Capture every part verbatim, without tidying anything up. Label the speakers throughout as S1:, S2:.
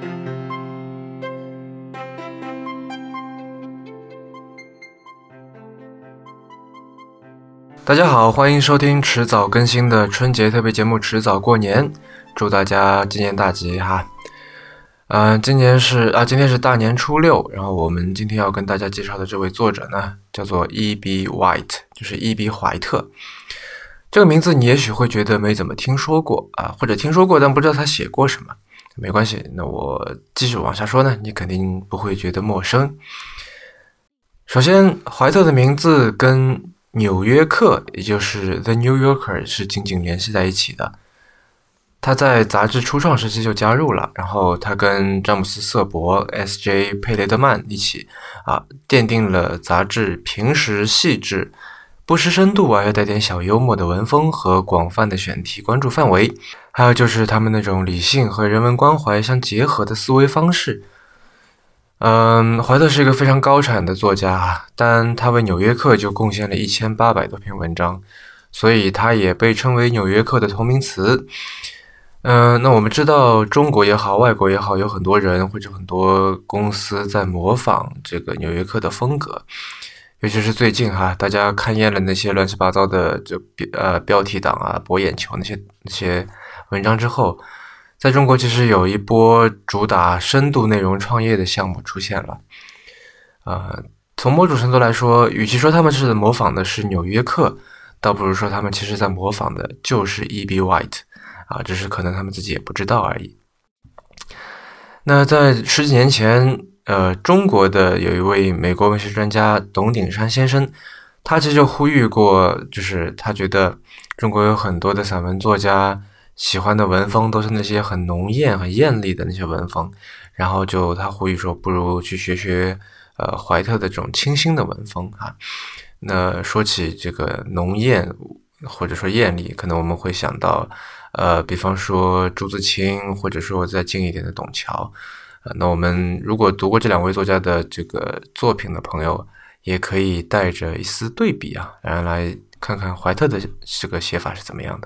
S1: 大家好，欢迎收听迟早更新的春节特别节目迟早过年，祝大家今年大吉哈。呃，今年是啊，今天是大年初六，然后我们今天要跟大家介绍的这位作者呢，叫做 E B White， 就是 E B 怀特。这个名字你也许会觉得没怎么听说过啊，或者听说过但不知道他写过什么。没关系，那我继续往下说呢，你肯定不会觉得陌生。首先，怀特的名字跟纽约客，也就是 The New Yorker 是紧紧联系在一起的。他在杂志初创时期就加入了，然后他跟詹姆斯·瑟伯、S J 佩雷德曼一起啊，奠定了杂志平时细致、不失深度啊，又带点小幽默的文风和广泛的选题关注范围，还有就是他们那种理性和人文关怀相结合的思维方式。嗯，怀特是一个非常高产的作家，但他为《纽约客》就贡献了一千八百多篇文章，所以他也被称为《纽约客》的同名词。嗯，那我们知道中国也好，外国也好，有很多人或者很多公司在模仿这个《纽约客》的风格，尤其是最近哈，大家看厌了那些乱七八糟的就呃标题党啊、博眼球那些那些文章之后。在中国其实有一波主打深度内容创业的项目出现了，呃，从某种程度来说，与其说他们是模仿的是《纽约客》，倒不如说他们其实在模仿的就是 E B White， 啊，只是可能他们自己也不知道而已。那在十几年前，呃，中国的有一位美国文学专家董鼎山先生，他其实就呼吁过，就是他觉得中国有很多的散文作家喜欢的文风都是那些很浓艳很艳丽的那些文风，然后就他呼吁说不如去学学呃怀特的这种清新的文风啊。那说起这个浓艳或者说艳丽，可能我们会想到呃比方说朱自清，或者说再近一点的董桥。呃、那我们如果读过这两位作家的这个作品的朋友，也可以带着一丝对比啊，然后来看看怀特的这个写法是怎么样的。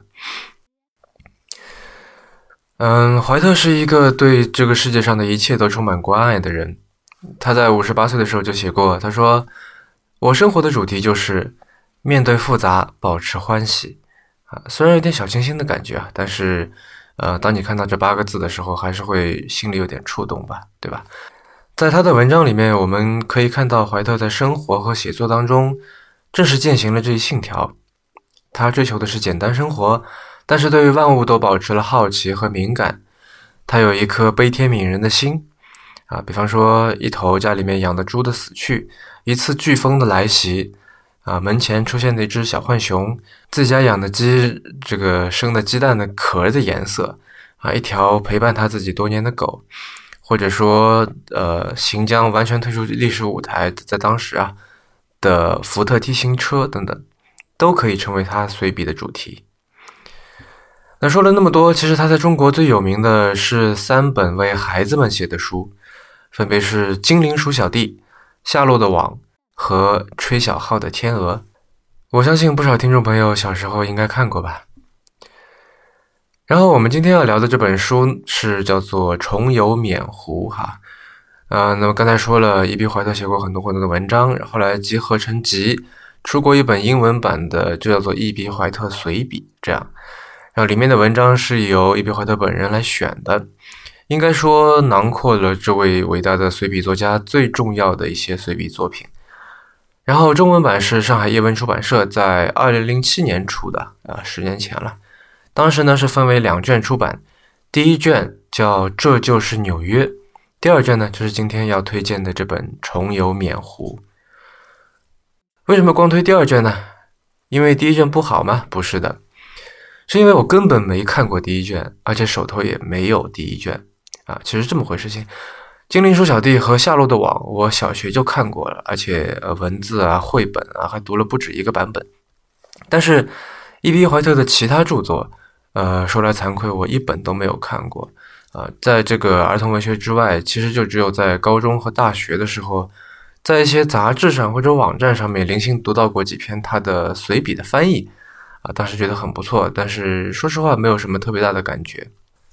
S1: 嗯，怀特是一个对这个世界上的一切都充满关爱的人。他在五十八岁的时候就写过，他说：“我生活的主题就是面对复杂，保持欢喜。”啊，虽然有点小清新的感觉啊，但是，呃，当你看到这八个字的时候，还是会心里有点触动吧，对吧？在他的文章里面，我们可以看到怀特在生活和写作当中，正是践行了这一信条。他追求的是简单生活。但是对于万物都保持了好奇和敏感，他有一颗悲天悯人的心啊，比方说一头家里面养的猪的死去，一次飓风的来袭啊，门前出现的一只小浣熊，自己家养的鸡这个生的鸡蛋的壳的颜色啊，一条陪伴他自己多年的狗，或者说呃行将完全退出历史舞台，在当时啊的福特 T 型车等等，都可以成为他随笔的主题。那说了那么多，其实他在中国最有名的是三本为孩子们写的书，分别是《精灵鼠小弟》、《夏洛的网》和《吹小号的天鹅》。我相信不少听众朋友小时候应该看过吧。然后我们今天要聊的这本书是叫做《重游缅湖》哈。呃，那么刚才说了，伊比怀特写过很多很多的文章，后来集合成集，出过一本英文版的，就叫做《伊比怀特随笔》这样。然后里面的文章是由伊比怀特本人来选的，应该说囊括了这位伟大的随笔作家最重要的一些随笔作品。然后中文版是上海叶文出版社在二零零七年出的啊，十年前了。当时呢是分为两卷出版，第一卷叫《这就是纽约》，第二卷呢就是今天要推荐的这本《重游缅湖》。为什么光推第二卷呢？因为第一卷不好吗？不是的。是因为我根本没看过第一卷，而且手头也没有第一卷啊，其实这么回事情。精灵鼠小弟和夏洛的网我小学就看过了，而且呃文字啊绘本啊还读了不止一个版本。但是伊比怀特的其他著作呃说来惭愧，我一本都没有看过啊、呃。在这个儿童文学之外，其实就只有在高中和大学的时候，在一些杂志上或者网站上面零星读到过几篇他的随笔的翻译啊，当时觉得很不错，但是说实话没有什么特别大的感觉。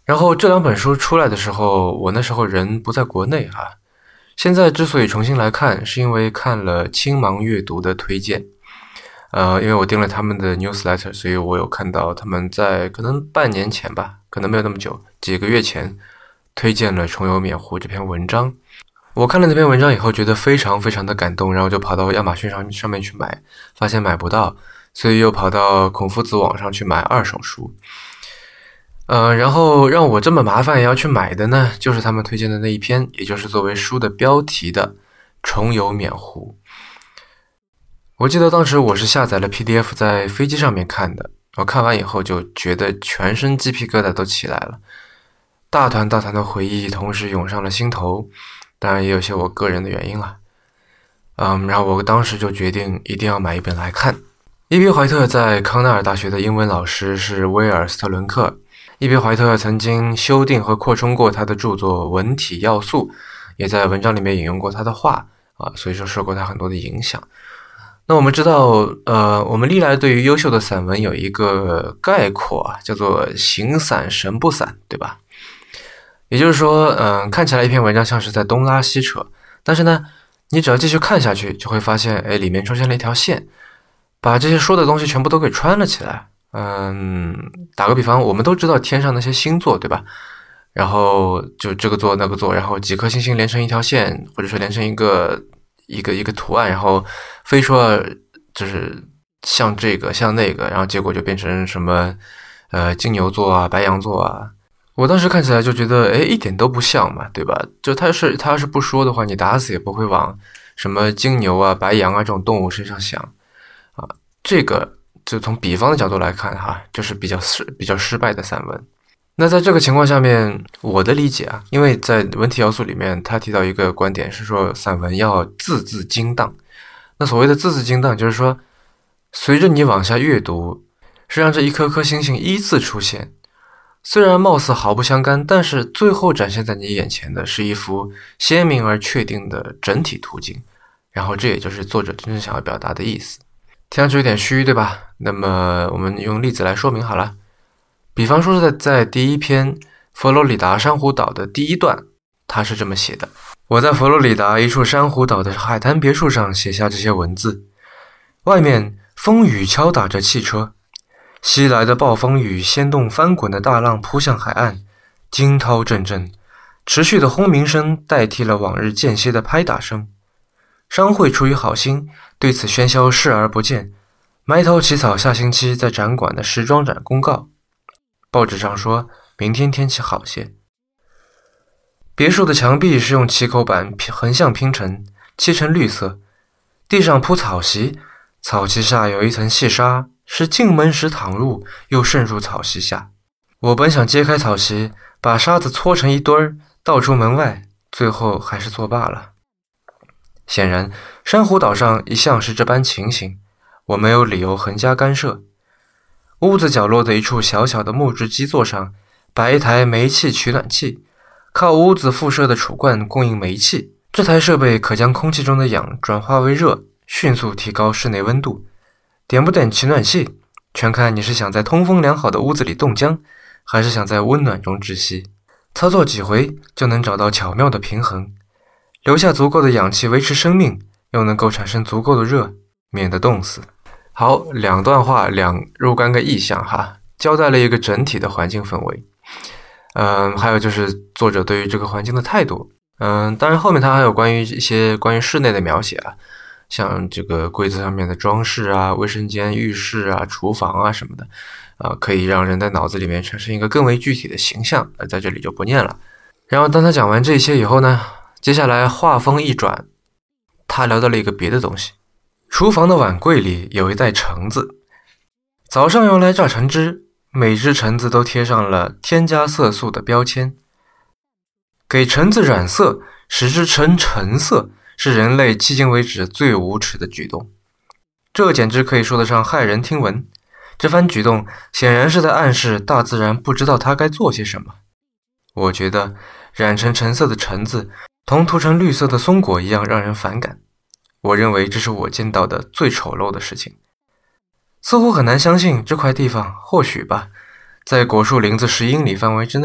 S1: 然后这两本书出来的时候，我那时候人不在国内哈。现在之所以重新来看，是因为看了青盲阅读的推荐。呃，因为我订了他们的 newsletter， 所以我有看到他们在可能半年前吧，可能没有那么久，几个月前推荐了《重游缅湖》这篇文章。我看了那篇文章以后，觉得非常非常的感动，然后就跑到亚马逊上上面去买，发现买不到，所以又跑到孔夫子网上去买二手书。呃，然后让我这么麻烦也要去买的呢，就是他们推荐的那一篇，也就是作为书的标题的《重游缅湖》。我记得当时我是下载了 P D F 在飞机上面看的，我看完以后就觉得全身鸡皮疙瘩都起来了，大团大团的回忆同时涌上了心头，当然也有些我个人的原因了。嗯，然后我当时就决定一定要买一本来看。伊比怀特在康奈尔大学的英文老师是威尔斯特伦克。伊比怀特曾经修订和扩充过他的著作《文体要素》，也在文章里面引用过他的话啊，所以说受过他很多的影响。那我们知道，呃，我们历来对于优秀的散文有一个概括啊，叫做形散神不散，对吧？也就是说，嗯、呃，看起来一篇文章像是在东拉西扯，但是呢，你只要继续看下去，就会发现，哎，里面出现了一条线，把这些说的东西全部都给穿了起来。嗯，打个比方，我们都知道天上那些星座，对吧？然后就这个座那个座，然后几颗星星连成一条线，或者说连成一个一个一个图案，然后非说就是像这个像那个，然后结果就变成什么呃金牛座啊、白羊座啊。我当时看起来就觉得，哎，一点都不像嘛，对吧？就他是他要是不说的话，你打死也不会往什么金牛啊、白羊啊这种动物身上想啊。这个就从比方的角度来看哈，就是比较失比较失败的散文。那在这个情况下面，我的理解啊，因为在文体要素里面，他提到一个观点是说，散文要字字精当。那所谓的字字精当，就是说，随着你往下阅读，是让这一颗颗星星依次出现。虽然貌似毫不相干，但是最后展现在你眼前的是一幅鲜明而确定的整体图景。然后这也就是作者真正想要表达的意思。听上去有点虚，对吧？那么我们用例子来说明好了。比方说在在第一篇佛罗里达珊瑚岛的第一段，他是这么写的：我在佛罗里达一处珊瑚岛的海滩别墅上写下这些文字。外面风雨敲打着汽车，西来的暴风雨掀动翻滚的大浪扑向海岸，惊涛阵阵，持续的轰鸣声代替了往日间歇的拍打声。商会出于好心，对此喧嚣视而不见，埋头起草下星期在展馆的时装展公告。报纸上说明天天气好些。别墅的墙壁是用漆口板横向拼成，漆成绿色，地上铺草席，草席下有一层细沙，是进门时淌入又渗入草席下。我本想揭开草席，把沙子搓成一堆儿倒出门外，最后还是作罢了。显然珊瑚岛上一向是这般情形，我没有理由横加干涉。屋子角落的一处小小的木质基座上摆一台煤气取暖器，靠屋子附设的储罐供应煤气。这台设备可将空气中的氧转化为热，迅速提高室内温度。点不点取暖器，全看你是想在通风良好的屋子里冻僵，还是想在温暖中窒息。操作几回就能找到巧妙的平衡，留下足够的氧气维持生命，又能够产生足够的热，免得冻死。好，两段话，两若干个意象哈，交代了一个整体的环境氛围。嗯，还有就是作者对于这个环境的态度。嗯，当然后面他还有关于一些关于室内的描写啊，像这个柜子上面的装饰啊、卫生间、浴室啊、厨房啊什么的，啊，可以让人在脑子里面产生一个更为具体的形象，呃，在这里就不念了。然后当他讲完这些以后呢，接下来话锋一转，他聊到了一个别的东西。厨房的碗柜里有一袋橙子，早上用来榨橙汁，每只橙子都贴上了添加色素的标签。给橙子染色，使之呈橙色，是人类迄今为止最无耻的举动。这简直可以说得上骇人听闻。这番举动显然是在暗示大自然不知道它该做些什么。我觉得染成橙色的橙子同涂成绿色的松果一样让人反感。我认为这是我见到的最丑陋的事情。似乎很难相信这块地方，或许吧，在果树林子十英里范围之内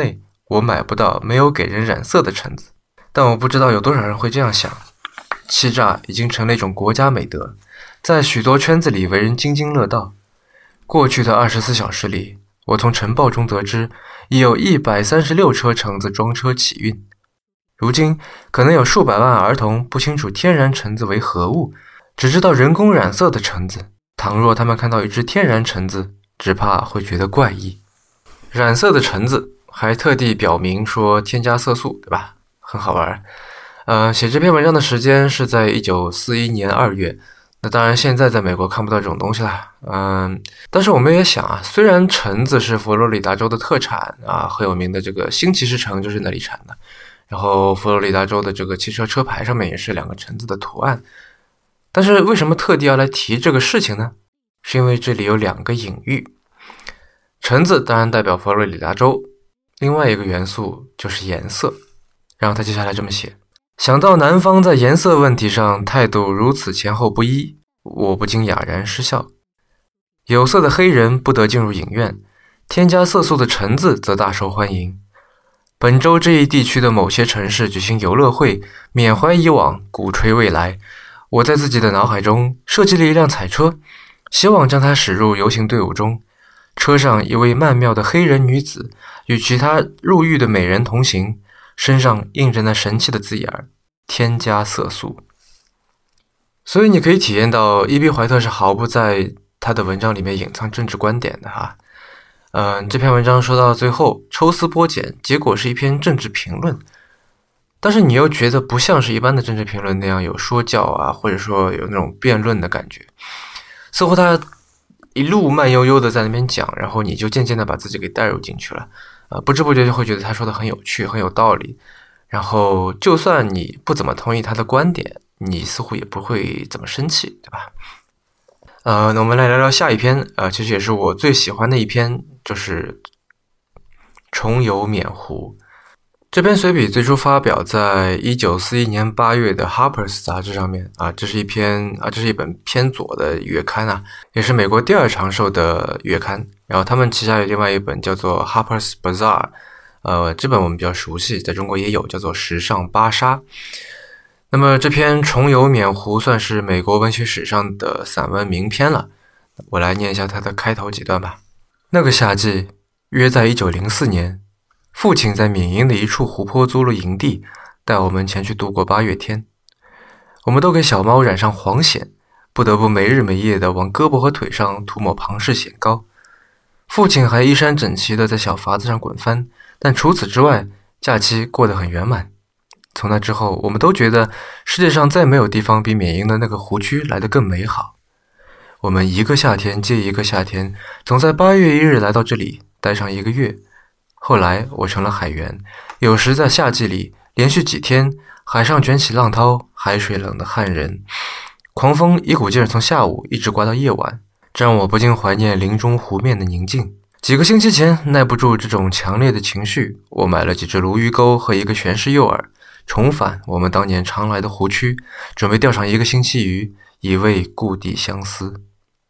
S1: 我买不到没有给人染色的橙子。但我不知道有多少人会这样想，欺诈已经成了一种国家美德，在许多圈子里为人津津乐道。过去的二十四小时里，我从晨报中得知，已有一百三十六车橙子装车起运。如今，可能有数百万儿童不清楚天然橙子为何物，只知道人工染色的橙子。倘若他们看到一只天然橙子，只怕会觉得怪异。染色的橙子还特地表明说添加色素，对吧？很好玩。呃，写这篇文章的时间是在一九四一年二月。那当然，现在在美国看不到这种东西了。嗯，但是我们也想啊，虽然橙子是佛罗里达州的特产啊，很有名的这个新奇士橙就是那里产的。然后佛罗里达州的这个汽车车牌上面也是两个橙子的图案。但是为什么特地要来提这个事情呢？是因为这里有两个隐喻。橙子当然代表佛罗里达州，另外一个元素就是颜色。然后他接下来这么写：想到南方在颜色问题上态度如此前后不一，我不禁哑然失笑。有色的黑人不得进入影院，添加色素的橙子则大受欢迎。本周这一地区的某些城市举行游乐会，缅怀以往，鼓吹未来。我在自己的脑海中设计了一辆彩车，希望将它驶入游行队伍中。车上一位曼妙的黑人女子与其他入狱的美人同行，身上印着那神奇的字眼添加色素。所以你可以体验到伊比怀特是毫不在他的文章里面隐藏政治观点的哈。嗯，这篇文章说到最后抽丝剥茧，结果是一篇政治评论，但是你又觉得不像是一般的政治评论那样有说教啊，或者说有那种辩论的感觉，似乎他一路慢悠悠的在那边讲，然后你就渐渐的把自己给带入进去了，呃，不知不觉就会觉得他说的很有趣，很有道理。然后就算你不怎么同意他的观点，你似乎也不会怎么生气，对吧？呃，那我们来聊聊下一篇，呃，其实也是我最喜欢的一篇，就是重游缅湖。这篇随笔最初发表在一九四一年八月的 Harper's 杂志上面啊，这是一篇啊，这是一本偏左的月刊啊，也是美国第二长寿的月刊。然后他们旗下有另外一本叫做 Harper's Bazaar， 呃，这本我们比较熟悉，在中国也有，叫做时尚芭莎。那么这篇重游缅湖算是美国文学史上的散文名篇了，我来念一下它的开头几段吧。那个夏季，约在一九零四年，父亲在缅因的一处湖泊租了营地，带我们前去度过八月天。我们都给小猫染上黄癣，不得不没日没夜地往胳膊和腿上涂抹庞氏癣膏。父亲还衣衫整齐地在小筏子上滚翻，但除此之外，假期过得很圆满。从那之后，我们都觉得世界上再没有地方比缅因的那个湖区来得更美好。我们一个夏天接一个夏天，总在八月一日来到这里待上一个月。后来我成了海员，有时在夏季里连续几天，海上卷起浪涛，海水冷得撼人，狂风一股劲儿从下午一直刮到夜晚，这让我不禁怀念林中湖面的宁静。几个星期前，耐不住这种强烈的情绪，我买了几只鲈鱼钩和一个全是诱饵，重返我们当年常来的湖区，准备钓上一个星期鱼，以慰故地相思。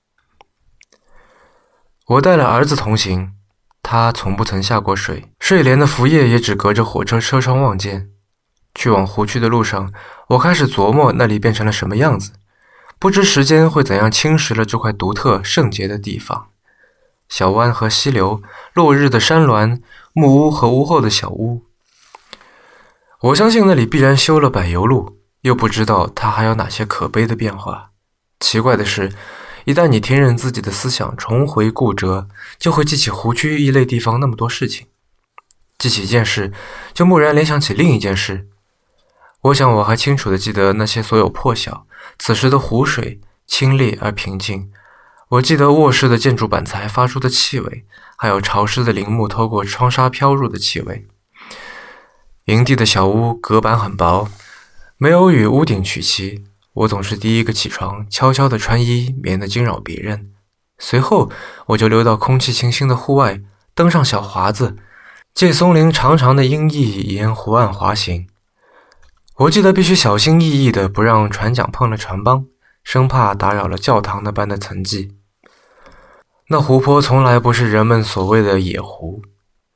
S1: 我带了儿子同行，他从不曾下过水，睡莲的浮叶也只隔着火车车窗望见。去往湖区的路上，我开始琢磨那里变成了什么样子，不知时间会怎样侵蚀了这块独特圣洁的地方。小湾和溪流，落日的山峦，木屋和屋后的小屋。我相信那里必然修了柏油路，又不知道它还有哪些可悲的变化。奇怪的是，一旦你听任自己的思想重回固辙，就会记起湖区一类地方那么多事情。记起一件事，就蓦然联想起另一件事。我想我还清楚地记得那些所有破晓，此时的湖水清冽而平静。我记得卧室的建筑板材发出的气味，还有潮湿的林木透过窗纱飘入的气味。营地的小屋隔板很薄，没有与屋顶取齐。我总是第一个起床，悄悄地穿衣，免得惊扰别人。随后我就溜到空气清新的户外，登上小筏子，借松林长长的阴翼沿湖岸滑行。我记得必须小心翼翼地不让船桨碰了船帮，生怕打扰了教堂那般的层级。那湖泊从来不是人们所谓的野湖。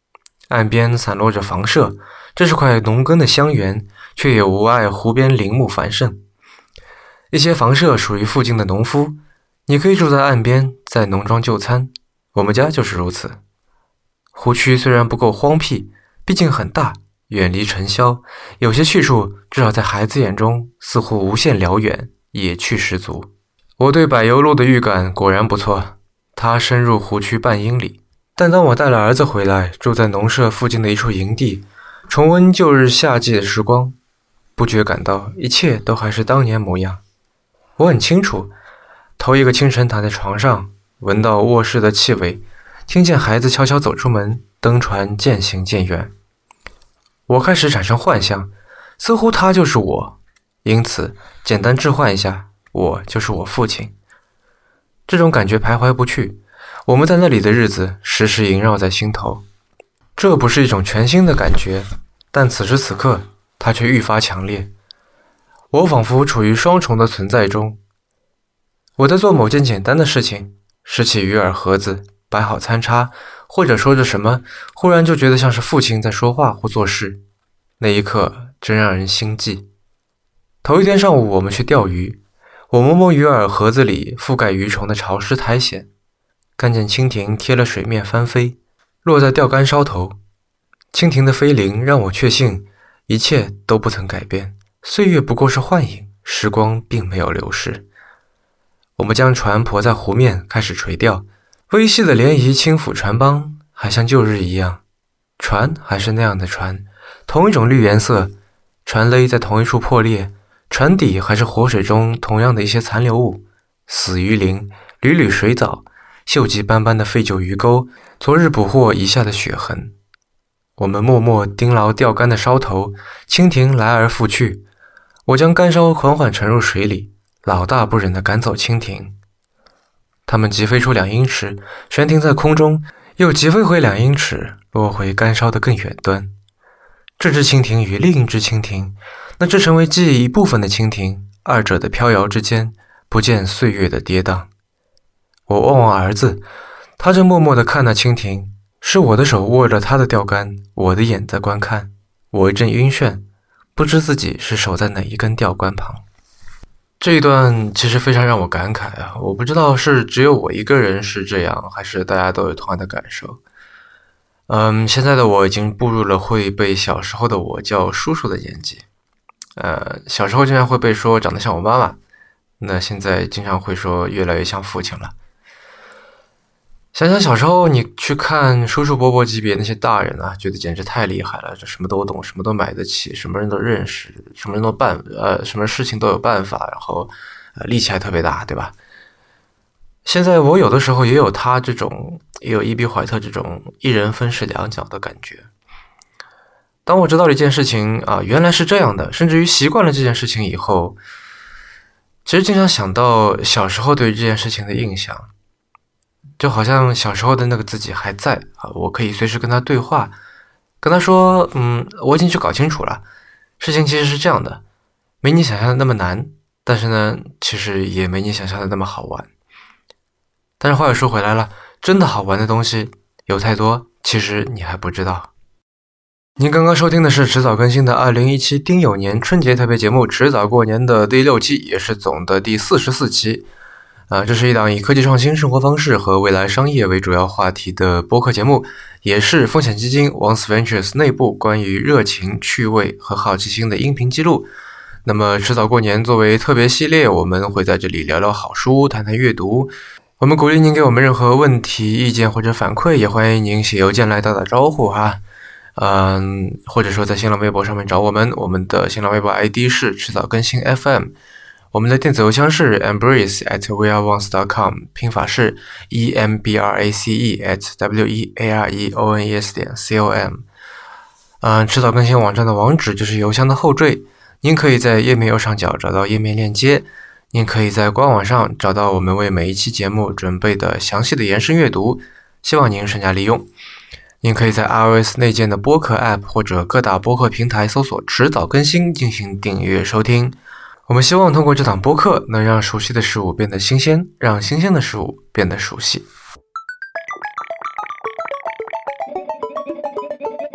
S1: 岸边散落着房舍，这是块农耕的乡园，却也无碍湖边林木繁盛。一些房舍属于附近的农夫，你可以住在岸边，在农庄就餐。我们家就是如此。湖区虽然不够荒僻，毕竟很大，远离尘嚣，有些去处至少在孩子眼中似乎无限辽远，野趣十足。我对柏油路的预感果然不错，它深入湖区半英里。但当我带了儿子回来，住在农舍附近的一处营地，重温旧日夏季的时光，不觉感到一切都还是当年模样。我很清楚，头一个清晨躺在床上，闻到卧室的气味，听见孩子悄悄走出门，登船渐行渐远。我开始产生幻象，似乎他就是我，因此简单置换一下，我就是我父亲。这种感觉徘徊不去，我们在那里的日子时时萦绕在心头。这不是一种全新的感觉，但此时此刻它却愈发强烈。我仿佛处于双重的存在中。我在做某件简单的事情，拾起鱼饵盒子，摆好餐叉，或者说着什么，忽然就觉得像是父亲在说话或做事。那一刻真让人心悸。头一天上午我们去钓鱼，我摸摸鱼饵盒子里覆盖鱼虫的潮湿苔藓，看见蜻蜓贴了水面翻飞，落在钓竿梢头。蜻蜓的飞灵让我确信一切都不曾改变，岁月不过是幻影，时光并没有流逝。我们将船泊在湖面，开始垂钓，微细的涟漪轻抚船帮，还像旧日一样。船还是那样的船，同一种绿颜色，船勒在同一处破裂，船底还是活水中同样的一些残留物，死鱼鳞、缕缕水藻、锈迹斑斑的废旧鱼钩，昨日捕获遗下的血痕。我们默默盯牢钓竿的梢头，蜻蜓来而复去。我将竿梢缓缓沉入水里，老大不忍地赶走蜻蜓。它们急飞出两英尺，悬停在空中，又急飞回两英尺，落回竿梢的更远端。这只蜻蜓与另一只蜻蜓，那只成为记忆一部分的蜻蜓，二者的飘摇之间，不见岁月的跌宕。我望望儿子，他正默默地看那蜻蜓，是我的手握着他的钓竿，我的眼在观看。我一阵晕眩，不知自己是守在哪一根钓竿旁。这一段其实非常让我感慨啊！我不知道是只有我一个人是这样，还是大家都有同样的感受。嗯，现在的我已经步入了会被小时候的我叫叔叔的年纪。呃，小时候经常会被说长得像我妈妈，那现在经常会说越来越像父亲了。想想小时候你去看叔叔伯伯级别那些大人啊，觉得简直太厉害了，这什么都懂，什么都买得起，什么人都认识，什么人都办呃什么事情都有办法，然后呃力气还特别大，对吧？现在我有的时候也有他这种，也有伊比怀特这种一人分饰两角的感觉。当我知道了一件事情啊，原来是这样的，甚至于习惯了这件事情以后，其实经常想到小时候对于这件事情的印象，就好像小时候的那个自己还在啊，我可以随时跟他对话，跟他说，嗯，我已经去搞清楚了，事情其实是这样的，没你想象的那么难，但是呢，其实也没你想象的那么好玩。但是话又说回来了，真的好玩的东西有太多，其实你还不知道。您刚刚收听的是迟早更新的二零一七丁酉年春节特别节目迟早过年的第六期，也是总的第四十四期。啊，这是一档以科技创新、生活方式和未来商业为主要话题的播客节目，也是风险基金 Once Ventures 内部关于热情、趣味和好奇心的音频记录。那么迟早过年作为特别系列，我们会在这里聊聊好书，谈谈阅读。我们鼓励您给我们任何问题、意见或者反馈，也欢迎您写邮件来打打招呼哈。嗯，或者说在新浪微博上面找我们，我们的新浪微博 I D 是迟早更新 F M， 我们的电子邮箱是 embrace at weareones dot com， 拼法是 E M B R A C E at W E A R E O N E S 点 C O M。嗯，迟早更新网站的网址就是邮箱的后缀，您可以在页面右上角找到页面链接。您可以在官网上找到我们为每一期节目准备的详细的延伸阅读，希望您善加利用。您可以在 iOS 内建的播客 App 或者各大播客平台搜索迟早更新进行订阅收听。我们希望通过这档播客能让熟悉的事物变得新鲜，让新鲜的事物变得熟悉。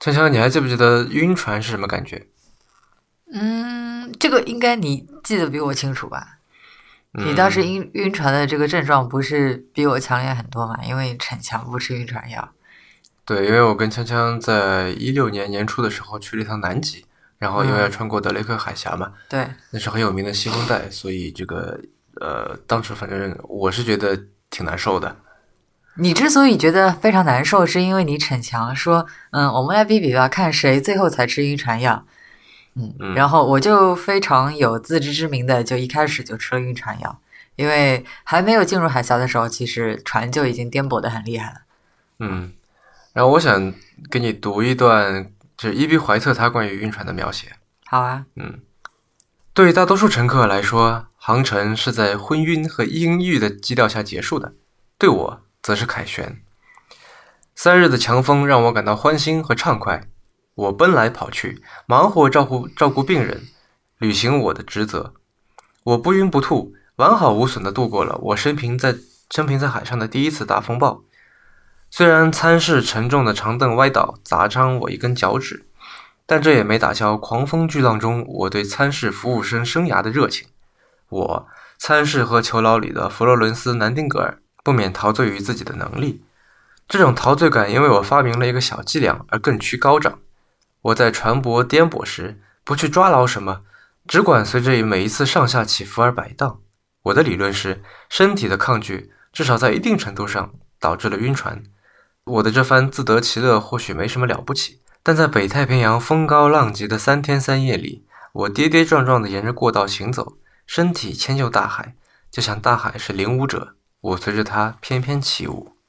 S1: 锵锵，你还记不记得晕船是什么感觉？
S2: 嗯，这个应该你记得比我清楚吧？
S1: 嗯、
S2: 你当时晕晕船的这个症状不是比我强烈很多嘛？因为逞强不吃晕船药。
S1: 对，因为我跟锵锵在一六年年初的时候去了一趟南极，然后因为要穿过德雷克海峡嘛，
S2: 嗯、对，
S1: 那是很有名的西风带，所以这个呃，当时反正我是觉得挺难受的。
S2: 你之所以觉得非常难受，是因为你逞强说，嗯，我们来比比吧，看谁最后才吃晕船药。嗯，
S1: 嗯
S2: 然后我就非常有自知之明的，就一开始就吃了晕船药，因为还没有进入海峡的时候，其实船就已经颠簸得很厉害了。
S1: 嗯，然后我想给你读一段，就是伊比怀特他关于晕船的描写。
S2: 好啊，
S1: 嗯，对大多数乘客来说，航程是在昏晕和阴郁的基调下结束的，对我则是凯旋。三日的强风让我感到欢欣和畅快，我奔来跑去，忙活照顾照顾病人，履行我的职责。我不晕不吐，完好无损地度过了我生平在生平在海上的第一次大风暴。虽然餐室沉重的长凳歪倒，砸伤我一根脚趾，但这也没打消狂风巨浪中我对餐室服务生生涯的热情。我，餐室和囚牢里的佛罗伦斯·南丁格尔，不免陶醉于自己的能力。这种陶醉感因为我发明了一个小伎俩而更趋高涨。我在船舶颠簸时，不去抓牢什么，只管随着每一次上下起伏而摆荡。我的理论是，身体的抗拒至少在一定程度上导致了晕船。我的这番自得其乐或许没什么了不起，但在北太平洋风高浪急的三天三夜里，我跌跌撞撞地沿着过道行走，身体迁就大海，就像大海是领舞者，我随着它翩翩起舞。